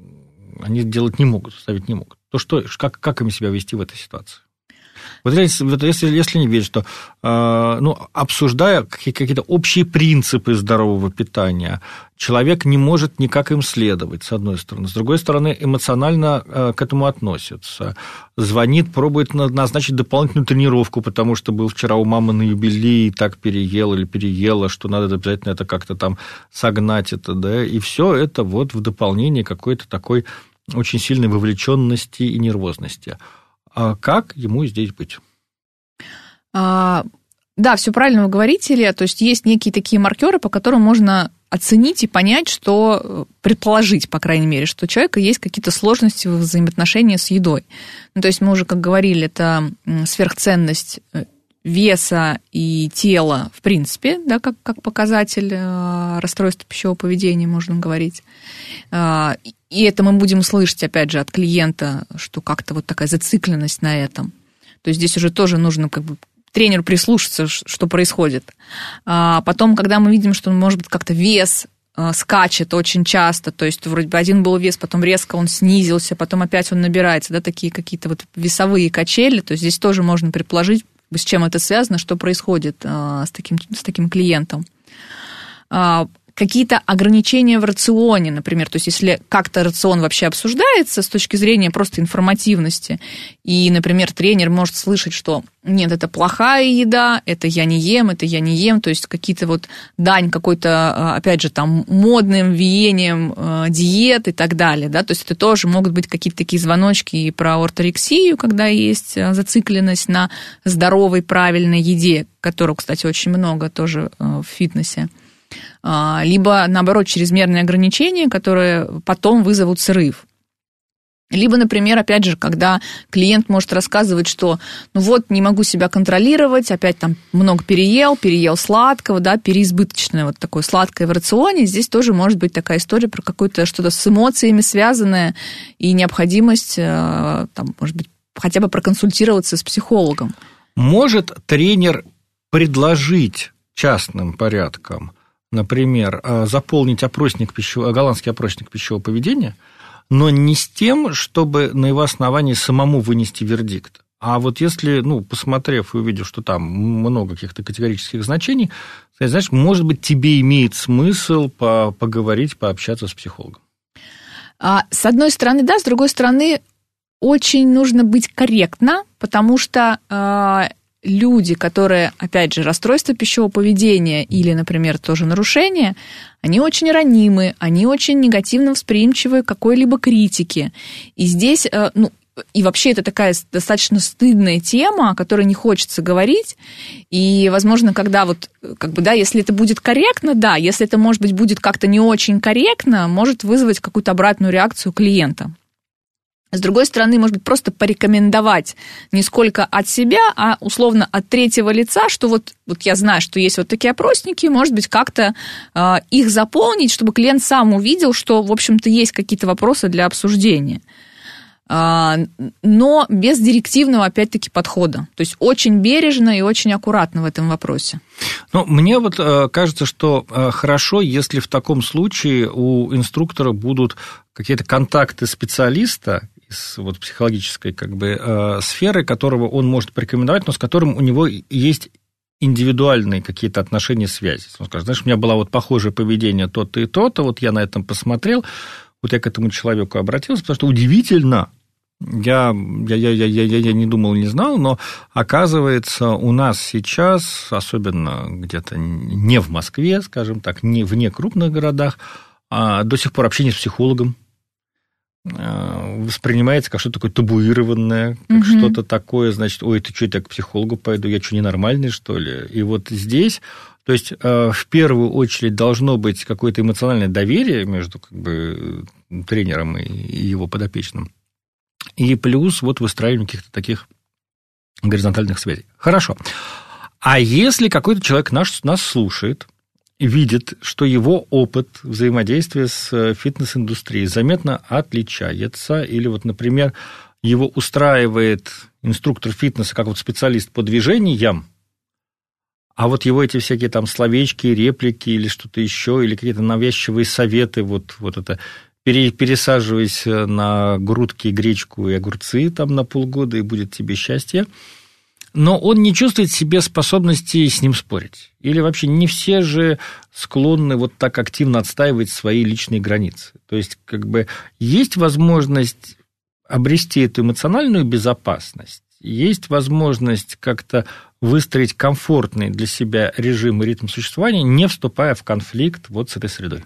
они делать не могут, ставить не могут. То что, как, как им себя вести в этой ситуации? Вот если, если не верить, что, ну, обсуждая какие-то общие принципы здорового питания, человек не может никак им следовать, с одной стороны. С другой стороны, эмоционально к этому относится. Звонит, пробует назначить дополнительную тренировку, потому что был вчера у мамы на юбилей, и так переел или переела, что надо обязательно это как-то там согнать, это, да, и все это вот в дополнение какой-то такой очень сильной вовлеченности и нервозности. А как ему здесь быть? А, да, все правильно вы говорите, Илья. То есть есть некие такие маркеры, по которым можно оценить и понять, что, предположить, по крайней мере, что у человека есть какие-то сложности в взаимоотношениях с едой. Ну, то есть мы уже, как говорили, это сверхценность веса и тела, в принципе, да, как, как показатель расстройства пищевого поведения, можно говорить. И это мы будем слышать, опять же, от клиента, что как-то вот такая зацикленность на этом. То есть здесь уже тоже нужно как бы тренеру прислушаться, что происходит. А потом, когда мы видим, что, может быть, как-то вес скачет очень часто, то есть вроде бы один был вес, потом резко он снизился, потом опять он набирается, да, такие какие-то вот весовые качели, то есть здесь тоже можно предположить, с чем это связано, что происходит с таким, с таким клиентом. Какие-то ограничения в рационе, например, то есть если как-то рацион вообще обсуждается с точки зрения просто информативности, и, например, тренер может слышать, что нет, это плохая еда, это я не ем, это я не ем, то есть какие-то вот дань какой-то, опять же, там, модным веянием диет и так далее, да, то есть это тоже могут быть какие-то такие звоночки и про орторексию, когда есть зацикленность на здоровой, правильной еде, которую, кстати, очень много тоже в фитнесе. Либо, наоборот, чрезмерные ограничения, которые потом вызовут срыв. Либо, например, опять же, когда клиент может рассказывать, что ну вот, не могу себя контролировать, опять там много переел, переел сладкого, да, переизбыточное вот такое сладкое в рационе. Здесь тоже может быть такая история про какое-то что-то с эмоциями связанное и необходимость, там, может быть, хотя бы проконсультироваться с психологом. Может тренер предложить частным порядком, например, заполнить опросник пищевого, голландский опросник пищевого поведения, но не с тем, чтобы на его основании самому вынести вердикт. А вот если, ну, посмотрев и увидев, что там много каких-то категорических значений, знаешь, может быть, тебе имеет смысл поговорить, пообщаться с психологом. С одной стороны, да, с другой стороны, очень нужно быть корректно, потому что э, люди, которые, опять же, расстройство пищевого поведения или, например, тоже нарушение, они очень ранимы, они очень негативно восприимчивы к какой-либо критике. И здесь, э, ну, и вообще это такая достаточно стыдная тема, о которой не хочется говорить. И, возможно, когда вот, как бы, да, если это будет корректно, да, если это, может быть, будет как-то не очень корректно, может вызвать какую-то обратную реакцию клиента. С другой стороны, может быть, просто порекомендовать не сколько от себя, а условно от третьего лица, что вот, вот я знаю, что есть вот такие опросники, может быть, как-то э, их заполнить, чтобы клиент сам увидел, что, в общем-то, есть какие-то вопросы для обсуждения. Э, но без директивного, опять-таки, подхода. То есть очень бережно и очень аккуратно в этом вопросе. Ну, мне вот э, кажется, что э, хорошо, если в таком случае у инструктора будут какие-то контакты специалиста из вот, психологической как бы, э, сферы, которого он может порекомендовать, но с которым у него есть индивидуальные какие-то отношения, связи. Он скажет, знаешь, у меня было вот похожее поведение то-то и то-то, вот я на этом посмотрел, вот я к этому человеку обратился, потому что удивительно, я, я, я, я, я, я не думал, не знал, но оказывается, у нас сейчас, особенно где-то не в Москве, скажем так, не вне крупных городах, а до сих пор общение с психологом воспринимается как что-то такое табуированное, как угу. что-то такое, значит, ой, ты что, я к психологу пойду, я что, ненормальный, что ли? И вот здесь, то есть, в первую очередь должно быть какое-то эмоциональное доверие между как бы, тренером и его подопечным, и плюс вот выстраивание каких-то таких горизонтальных связей. Хорошо. А если какой-то человек наш, нас слушает, видит, что его опыт взаимодействия с фитнес-индустрией заметно отличается, или вот, например, его устраивает инструктор фитнеса как вот специалист по движениям, а вот его эти всякие там словечки, реплики или что-то еще, или какие-то навязчивые советы, вот, вот это пересаживайся на грудки, гречку и огурцы там на полгода, и будет тебе счастье. Но он не чувствует в себе способности с ним спорить. Или вообще не все же склонны вот так активно отстаивать свои личные границы. То есть, как бы, есть возможность обрести эту эмоциональную безопасность, есть возможность как-то выстроить комфортный для себя режим и ритм существования, не вступая в конфликт вот с этой средой.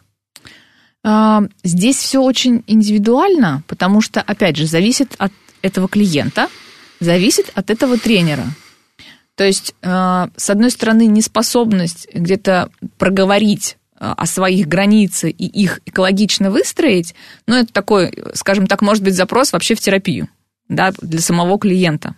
Здесь все очень индивидуально, потому что, опять же, зависит от этого клиента, зависит от этого тренера. То есть, с одной стороны, неспособность где-то проговорить о своих границах и их экологично выстроить, ну, это такой, скажем так, может быть, запрос вообще в терапию, да, для самого клиента.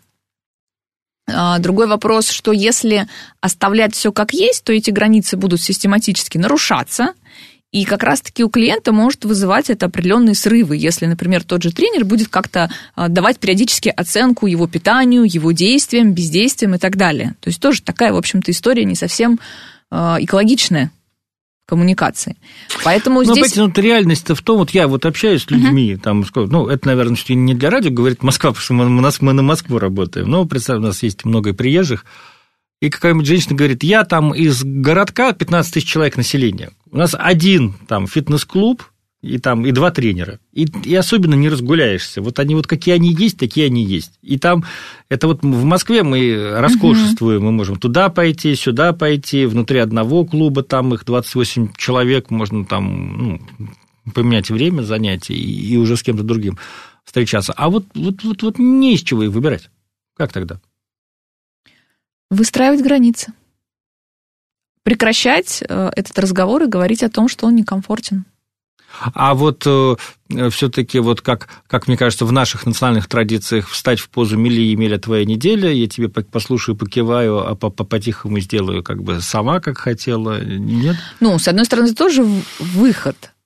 Другой вопрос, что если оставлять все как есть, то эти границы будут систематически нарушаться, и как раз-таки у клиента может вызывать это определенные срывы, если, например, тот же тренер будет как-то давать периодически оценку его питанию, его действиям, бездействиям и так далее. То есть тоже такая, в общем-то, история не совсем экологичная коммуникации. Поэтому ну, здесь... Ну, реальность-то в том, вот я вот общаюсь с людьми, uh-huh. там, ну, это, наверное, не для радио говорит Москва, потому что мы, мы на Москву работаем, но, представь, у нас есть много приезжих, и какая-нибудь женщина говорит, я там из городка, пятнадцать тысяч человек населения, у нас один там фитнес-клуб и, там, и два тренера, и, и особенно не разгуляешься, вот они вот какие они есть, такие они есть, и там, это вот в Москве мы роскошествуем, uh-huh. мы можем туда пойти, сюда пойти, внутри одного клуба, там их двадцать восемь человек, можно там, ну, поменять время занятий и, и уже с кем-то другим встречаться, а вот, вот, вот, вот не из чего их выбирать, как тогда? Выстраивать границы. Прекращать этот разговор и говорить о том, что он некомфортен. А вот э, все-таки, вот как, как мне кажется, в наших национальных традициях встать в позу «Мели, Емеля, твоя неделя», я тебе послушаю, покиваю, а по-тихому сделаю как бы сама, как хотела, нет? Ну, с одной стороны, это тоже выход.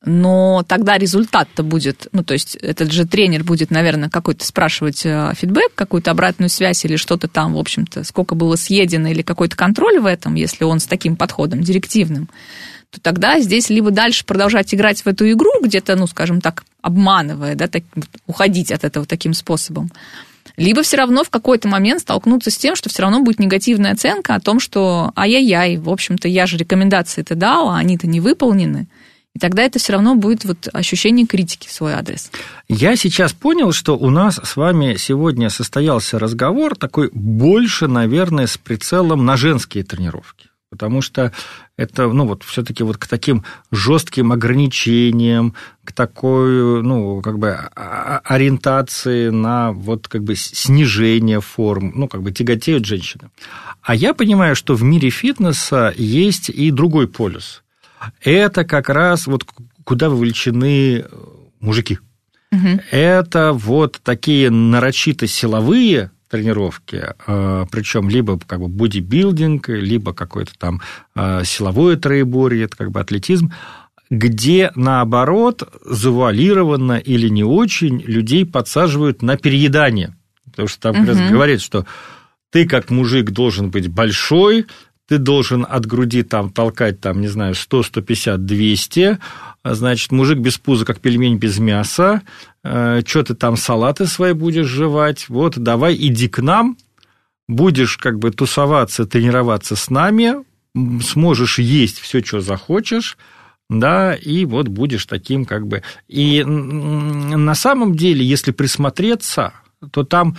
но тогда результат-то будет, ну, то есть этот же тренер будет, наверное, какой-то спрашивать фидбэк, какую-то обратную связь или что-то там, в общем-то, сколько было съедено или какой-то контроль в этом, если он с таким подходом директивным, то тогда здесь либо дальше продолжать играть в эту игру, где-то, ну, скажем так, обманывая, да, так, уходить от этого таким способом, либо все равно в какой-то момент столкнуться с тем, что все равно будет негативная оценка о том, что ай-яй-яй, в общем-то, я же рекомендации-то дал, а они-то не выполнены. И тогда это все равно будет вот ощущение критики в свой адрес. Я сейчас понял, что у нас с вами сегодня состоялся разговор такой больше, наверное, с прицелом на женские тренировки. Потому что это, ну, вот все-таки вот к таким жестким ограничениям, к такой, ну, как бы ориентации на вот как бы снижение форм, ну, как бы тяготеют женщины. А я понимаю, что в мире фитнеса есть и другой полюс. Это как раз вот куда вовлечены мужики. Угу. Это вот такие нарочито силовые тренировки, причем либо как бы бодибилдинг, либо какое-то там силовое троеборье, это как бы атлетизм, где, наоборот, завуалированно или не очень людей подсаживают на переедание. Потому что там как раз говорят, что ты как мужик должен быть большой, ты должен от груди там толкать, там, не знаю, сто, сто пятьдесят, двести, значит, мужик без пуза, как пельмень без мяса, что ты там салаты свои будешь жевать, вот, давай иди к нам, будешь как бы тусоваться, тренироваться с нами, сможешь есть все, что захочешь, да, и вот будешь таким как бы... И на самом деле, если присмотреться, то там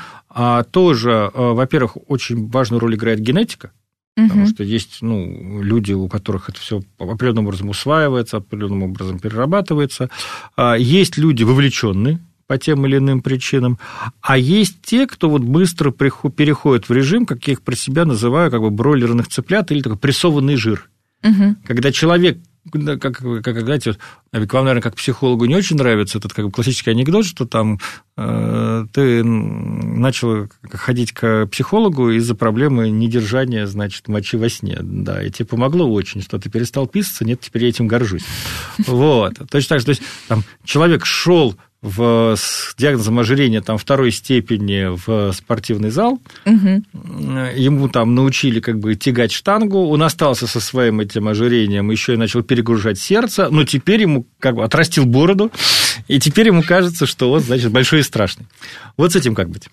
тоже, во-первых, очень важную роль играет генетика, потому что есть, ну, люди, у которых это все определенным образом усваивается, определенным образом перерабатывается. Есть люди вовлеченные по тем или иным причинам, а есть те, кто вот быстро переходит в режим, как я их про себя называю, как бы бройлерных цыплят или такой прессованный жир. Угу. Когда человек, как, как знаете, к вам, наверное, как психологу не очень нравится этот как бы классический анекдот, что там э, ты начал ходить к психологу из-за проблемы недержания, значит, мочи во сне, да, и тебе помогло очень, что ты перестал писаться, нет, теперь я этим горжусь. Вот, точно так же, то есть там человек шел в, с диагнозом ожирения там, второй степени в спортивный зал, угу. Ему там научили как бы тягать штангу, он остался со своим этим ожирением, еще и начал перегружать сердце, но теперь ему как бы отрастил бороду, и теперь ему кажется, что он, значит, большой и страшный. Вот с этим как быть?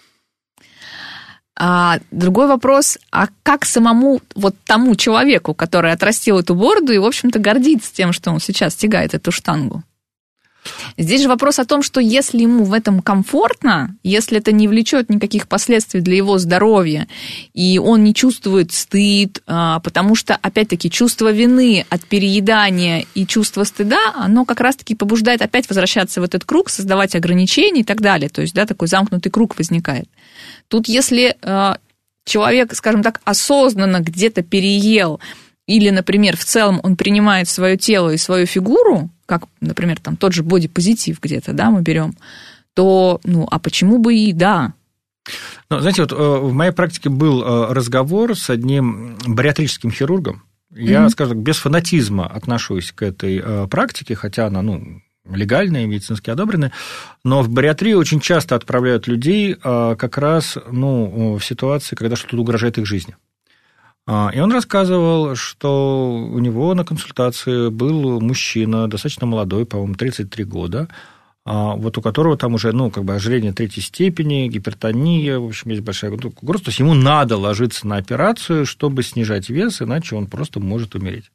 А другой вопрос, а как самому вот тому человеку, который отрастил эту бороду и, в общем-то, гордится тем, что он сейчас тягает эту штангу? Здесь же вопрос о том, что если ему в этом комфортно, если это не влечет никаких последствий для его здоровья, и он не чувствует стыд, потому что, опять-таки, чувство вины от переедания и чувство стыда, оно как раз-таки побуждает опять возвращаться в этот круг, создавать ограничения и так далее. То есть, да, такой замкнутый круг возникает. Тут, если человек, скажем так, осознанно где-то переел, или, например, в целом он принимает свое тело и свою фигуру, как, например, там тот же бодипозитив где-то, да, мы берем, то, ну, а почему бы и да? Ну, знаете, вот в моей практике был разговор с одним бариатрическим хирургом. Я, mm-hmm. скажем так, без фанатизма отношусь к этой практике, хотя она, ну, легальная, медицински одобренная, но в бариатрию очень часто отправляют людей как раз, ну, в ситуации, когда что-то угрожает их жизни. И он рассказывал, что у него на консультации был мужчина, достаточно молодой, по-моему, тридцать три года, вот у которого там уже, ну, как бы ожирение третьей степени, гипертония, в общем, есть большая угроза, то есть ему надо ложиться на операцию, чтобы снижать вес, иначе он просто может умереть.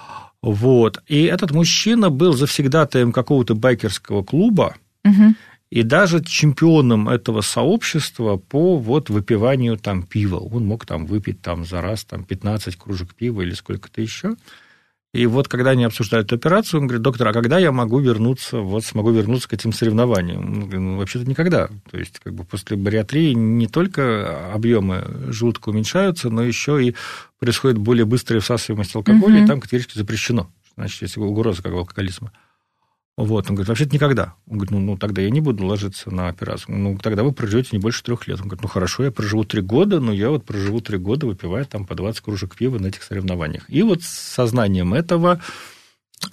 Вот. И этот мужчина был завсегдатаем какого-то байкерского клуба, угу. И даже чемпионом этого сообщества по вот выпиванию там пива. Он мог там выпить там за раз там, пятнадцать кружек пива или сколько-то еще. И вот когда они обсуждают эту операцию, он говорит: доктор, а когда я могу вернуться, вот смогу вернуться к этим соревнованиям? Он говорит: ну, вообще-то никогда. То есть как бы после бариатрии не только объемы желудка уменьшаются, но еще и происходит более быстрая всасываемость алкоголя, угу. И там категорически запрещено. Значит, если угроза как бы алкоголизма. Вот, он говорит: вообще-то никогда. Он говорит: ну, ну, тогда я не буду ложиться на операцию. Ну, тогда вы проживете не больше трех лет. Он говорит: ну, хорошо, я проживу три года, но я вот проживу три года, выпивая там по двадцать кружек пива на этих соревнованиях. И вот с сознанием этого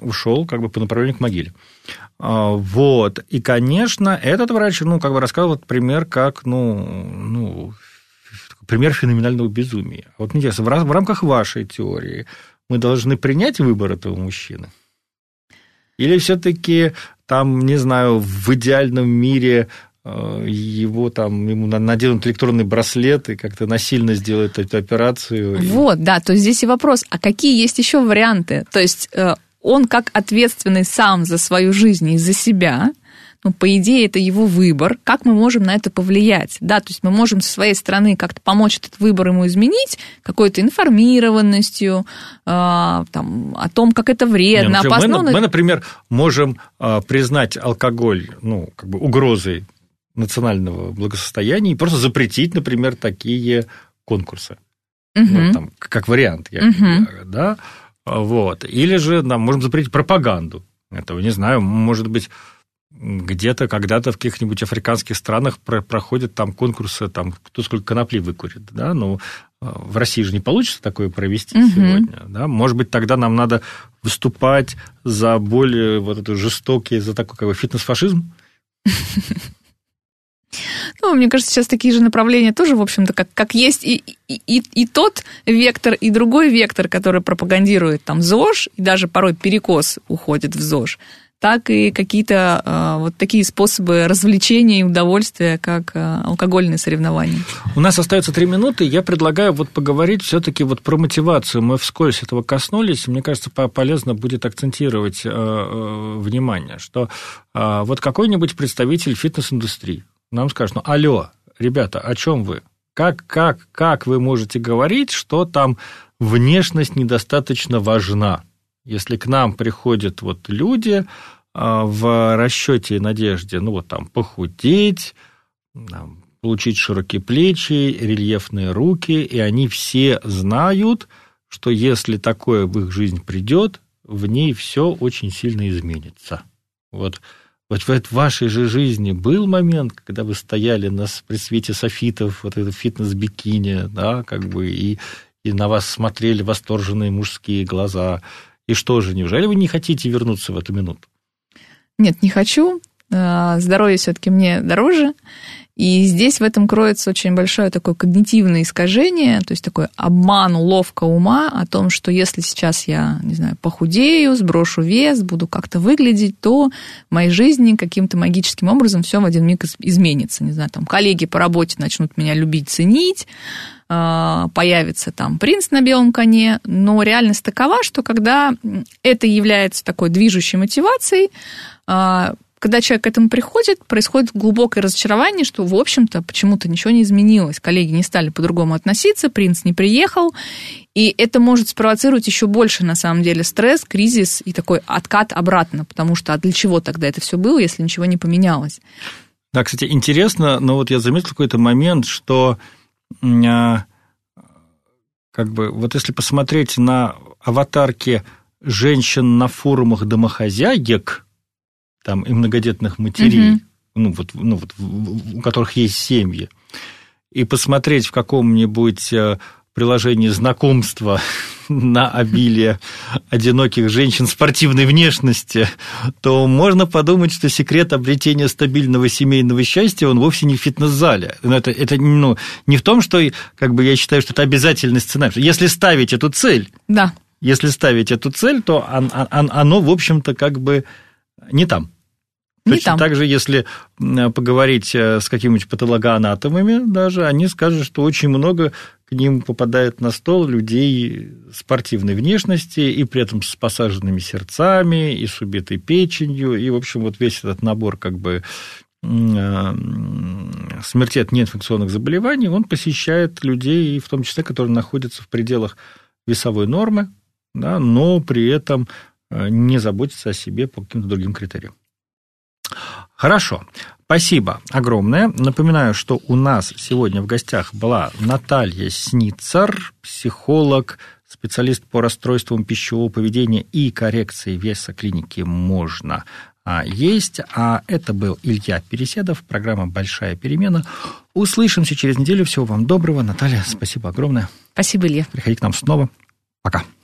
ушел как бы по направлению к могиле. Вот. И, конечно, этот врач, ну, как бы рассказывал этот пример как, ну, ну, пример феноменального безумия. Вот мне интересно, в рамках вашей теории мы должны принять выбор этого мужчины? Или все-таки там, не знаю, в идеальном мире его там, ему наденут электронный браслет и как-то насильно сделают эту операцию? Вот, да, то есть здесь и вопрос, а какие есть еще варианты? То есть он как ответственный сам за свою жизнь и за себя, ну, по идее, это его выбор. Как мы можем на это повлиять? Да, то есть мы можем со своей стороны как-то помочь этот выбор ему изменить, какой-то информированностью, э, там, о том, как это вредно, Нет, опасно. Мы, мы, например, можем э, признать алкоголь, ну, как бы угрозой национального благосостояния и просто запретить, например, такие конкурсы. Угу. Ну, там, как вариант, я угу. говорю, да? Вот. Или же нам можем запретить пропаганду этого, не знаю, может быть, где-то когда-то в каких-нибудь африканских странах проходят там конкурсы, там, кто сколько конопли выкурит, да, но в России же не получится такое провести угу. сегодня, да, может быть, тогда нам надо выступать за более вот это жестокий, за такой как бы фитнес-фашизм? Ну, мне кажется, сейчас такие же направления тоже, в общем-то, как, как есть и, и, и, и тот вектор, и другой вектор, который пропагандирует там ЗОЖ, и даже порой перекос уходит в ЗОЖ, так и какие-то э, вот такие способы развлечения и удовольствия, как э, алкогольные соревнования. У нас остается три минуты, я предлагаю вот поговорить все-таки вот про мотивацию. Мы вскользь этого коснулись, мне кажется, полезно будет акцентировать э, э, внимание, что э, вот какой-нибудь представитель фитнес-индустрии нам скажет: ну, алло, ребята, о чем вы? Как, как, как вы можете говорить, что там внешность недостаточно важна? Если к нам приходят вот люди в расчете и надежде, ну, вот там, похудеть, получить широкие плечи, рельефные руки, и они все знают, что если такое в их жизнь придет, в ней все очень сильно изменится. Вот. Вот в вашей же жизни был момент, когда вы стояли на, при свете софитов, вот это фитнес-бикини, да, как бы, и, и на вас смотрели восторженные мужские глаза. И что же, неужели вы не хотите вернуться в эту минуту? Нет, не хочу. Здоровье все-таки мне дороже. И здесь в этом кроется очень большое такое когнитивное искажение, то есть такой обман, уловка ума о том, что если сейчас я, не знаю, похудею, сброшу вес, буду как-то выглядеть, то в моей жизни каким-то магическим образом все в один миг изменится. Не знаю, там коллеги по работе начнут меня любить, ценить, появится там принц на белом коне, но реальность такова, что когда это является такой движущей мотивацией, когда человек к этому приходит, происходит глубокое разочарование, что, в общем-то, почему-то ничего не изменилось. Коллеги не стали по-другому относиться, принц не приехал, и это может спровоцировать еще больше, на самом деле, стресс, кризис и такой откат обратно, потому что а для чего тогда это все было, если ничего не поменялось? Да, кстати, интересно, но вот я заметил какой-то момент, что как бы вот если посмотреть на аватарки женщин на форумах домохозяек, там, и многодетных матерей, mm-hmm. ну, вот, ну, вот, у которых есть семьи, и посмотреть в каком-нибудь приложении знакомства на обилие одиноких женщин спортивной внешности, то можно подумать, что секрет обретения стабильного семейного счастья, он вовсе не в фитнес-зале. Это, это ну, не в том, что как бы, я считаю, что это обязательный сценарий. Если ставить эту цель, да. если ставить эту цель, то оно, в общем-то, как бы не там. Не Точно там. так же, если поговорить с какими-нибудь патологоанатомами даже, они скажут, что очень много к ним попадает на стол людей спортивной внешности и при этом с посаженными сердцами, и с убитой печенью, и, в общем, вот весь этот набор как бы смерти от неинфекционных заболеваний, он посещает людей, в том числе, которые находятся в пределах весовой нормы, да, но при этом не заботятся о себе по каким-то другим критериям. Хорошо, спасибо огромное. Напоминаю, что у нас сегодня в гостях была Наталья Сницер, психолог, специалист по расстройствам пищевого поведения и коррекции веса клиники «Можно есть». А это был Илья Переседов, программа «Большая перемена». Услышимся через неделю. Всего вам доброго. Наталья, спасибо огромное. Спасибо, Илья. Приходи к нам снова. Пока.